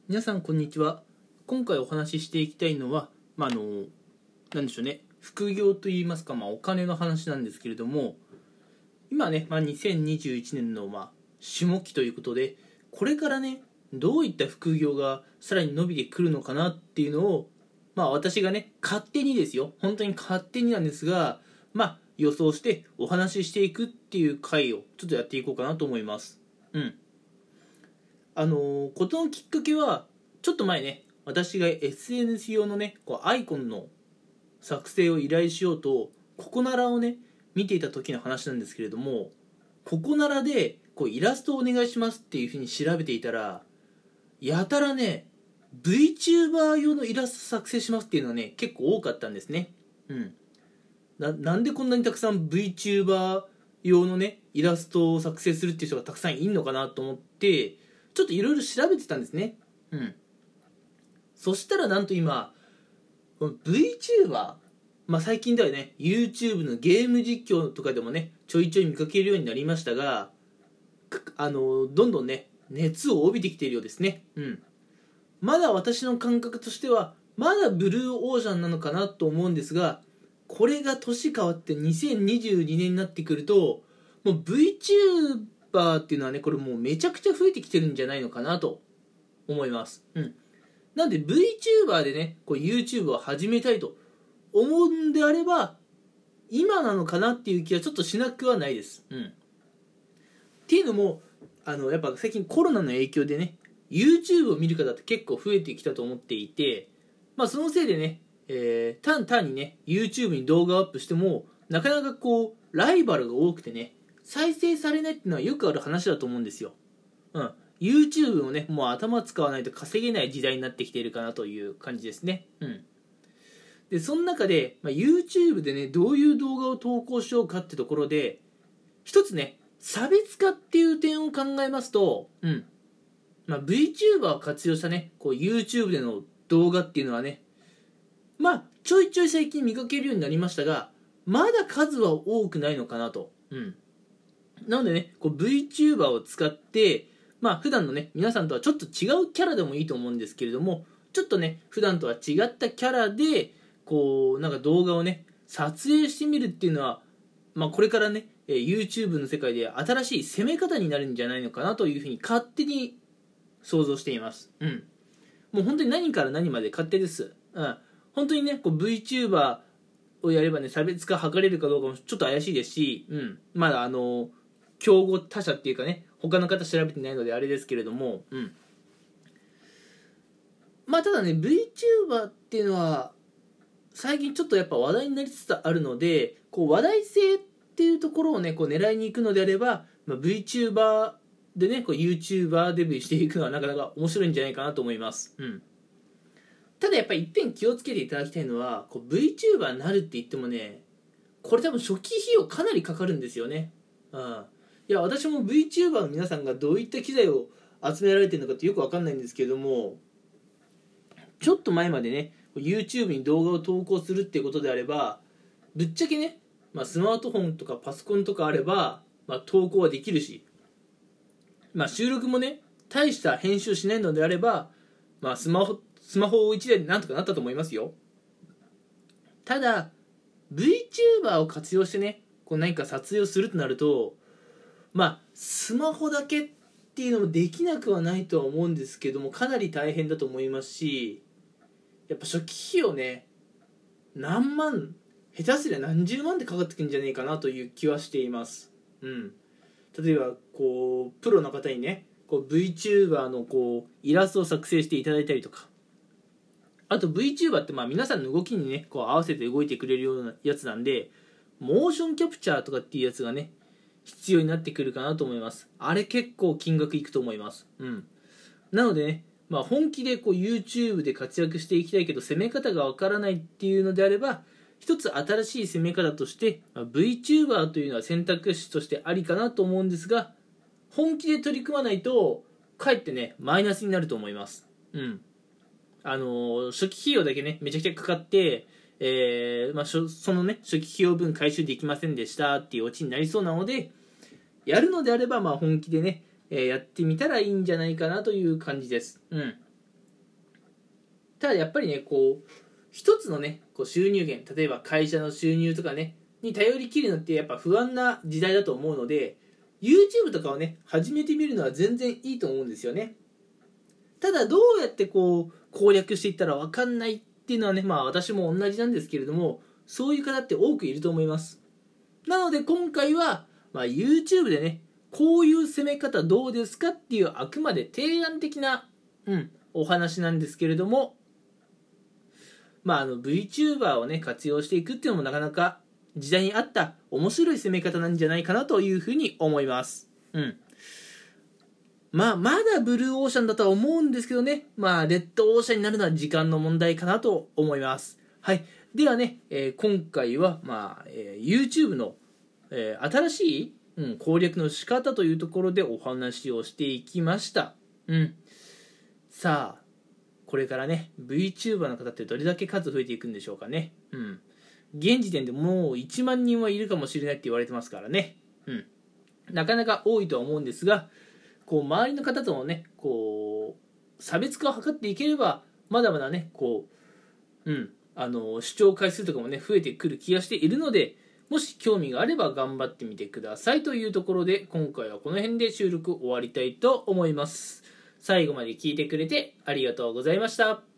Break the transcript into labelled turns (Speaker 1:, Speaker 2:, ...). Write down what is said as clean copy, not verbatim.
Speaker 1: 皆さんこんにちは。今回お話ししていきたいのは、なんでしょうね、副業といいますか、お金の話なんですけれども、今ね、2021年の下期ということで、これからね、どういった副業がさらに伸びてくるのかなっていうのを、私がね、勝手にですよ、本当に勝手になんですが、予想してお話ししていくっていう回をちょっとやっていこうかなと思います。ことのきっかけはちょっと前ね、私が SNS 用のねアイコンの作成を依頼しようとココナラをね見ていた時の話なんですけれども、ココナラでイラストをお願いしますっていうふうに調べていたら、やたらね VTuber 用のイラスト作成しますっていうのはね結構多かったんですね。なんでこんなにたくさん VTuber 用のねイラストを作成するっていう人がたくさんいるのかなと思って、ちょっといろいろ調べてたんですね。そしたらなんと今 VTuber、最近ではね YouTube のゲーム実況とかでもねちょいちょい見かけるようになりましたが、どんどんね熱を帯びてきているようですね。まだ私の感覚としてはまだブルーオーシャンなのかなと思うんですが、これが年変わって2022年になってくると、もう VTuber っていうのはね、これもうめちゃくちゃ増えてきてるんじゃないのかなと思います。なんで VTuber でねYouTube を始めたいと思うんであれば今なのかなっていう気はちょっとしなくはないです。っていうのもやっぱ最近コロナの影響でね YouTube を見る方って結構増えてきたと思っていて、そのせいでね、単にね YouTube に動画をアップしてもなかなかライバルが多くてね再生されないっていうのはよくある話だと思うんですよ。YouTube をねもう頭使わないと稼げない時代になってきているかなという感じですね。でその中で、YouTube でねどういう動画を投稿しようかってところで、一つね差別化っていう点を考えますと、VTuber を活用したねYouTube での動画っていうのはねちょいちょい最近見かけるようになりましたが、まだ数は多くないのかなと。なのでねVTuber を使って普段のね皆さんとはちょっと違うキャラでもいいと思うんですけれども、ちょっとね普段とは違ったキャラでなんか動画をね撮影してみるっていうのは、これからね YouTube の世界で新しい攻め方になるんじゃないのかなというふうに勝手に想像しています。もう本当に何から何まで勝手です。本当にねVTuber をやればね差別化図れるかどうかもちょっと怪しいですし、まだ競合他社っていうかね他の方調べてないのであれですけれども、ただね VTuber っていうのは最近ちょっとやっぱ話題になりつつあるので、話題性っていうところをね狙いに行くのであれば、VTuber でねYouTuber デビューしていくのはなかなか面白いんじゃないかなと思います。ただやっぱり一点気をつけていただきたいのはVTuber になるって言ってもね、これ多分初期費用かなりかかるんですよね。いや私も VTuber の皆さんがどういった機材を集められてるのかってよく分かんないんですけれども、ちょっと前までね YouTube に動画を投稿するっていうことであればぶっちゃけね、スマートフォンとかパソコンとかあれば、投稿はできるし、収録もね大した編集しないのであれば、スマホ1台でなんとかなったと思いますよ。ただ VTuber を活用してね何か撮影をするとなると、スマホだけっていうのもできなくはないとは思うんですけども、かなり大変だと思いますし、やっぱ初期費用ね何万、下手すりゃ何十万でかかってくるんじゃねえかなという気はしています。例えばプロの方にねVTuber のイラストを作成していただいたりとか、あと VTuber って皆さんの動きにね合わせて動いてくれるようなやつなんで、モーションキャプチャーとかっていうやつがね必要になってくるかなと思います。あれ結構金額いくと思います。なのでね、本気でYouTube で活躍していきたいけど攻め方がわからないっていうのであれば、一つ新しい攻め方として、VTuber というのは選択肢としてありかなと思うんですが、本気で取り組まないとかえってねマイナスになると思います。初期費用だけねめちゃくちゃかかって、そのね初期費用分回収できませんでしたっていうオチになりそうなので、やるのであれば本気でね、やってみたらいいんじゃないかなという感じです。 ただやっぱりねこう一つのねこう収入源、例えば会社の収入とかねに頼りきるのってやっぱ不安な時代だと思うので、 YouTube とかをね始めてみるのは全然いいと思うんですよね。ただどうやってこう攻略していったら分かんないっていうのはね、まあ私も同じなんですけれども、そういう方って多くいると思います。なので今回は、YouTube でねこういう攻め方どうですかっていうあくまで提案的な、お話なんですけれども、VTuber をね活用していくっていうのもなかなか時代に合った面白い攻め方なんじゃないかなというふうに思います。まだブルーオーシャンだとは思うんですけどね、レッドオーシャンになるのは時間の問題かなと思います。はい。ではね、今回は、YouTube の、新しい、攻略の仕方というところでお話をしていきました。さあ、これからね、VTuber の方ってどれだけ数増えていくんでしょうかね。現時点でもう1万人はいるかもしれないって言われてますからね。なかなか多いとは思うんですが、こう周りの方とのねこう差別化を図っていければまだまだねこう視聴回数とかもね増えてくる気がしているので、もし興味があれば頑張ってみてくださいというところで、今回はこの辺で収録終わりたいと思います。最後まで聞いてくれてありがとうございました。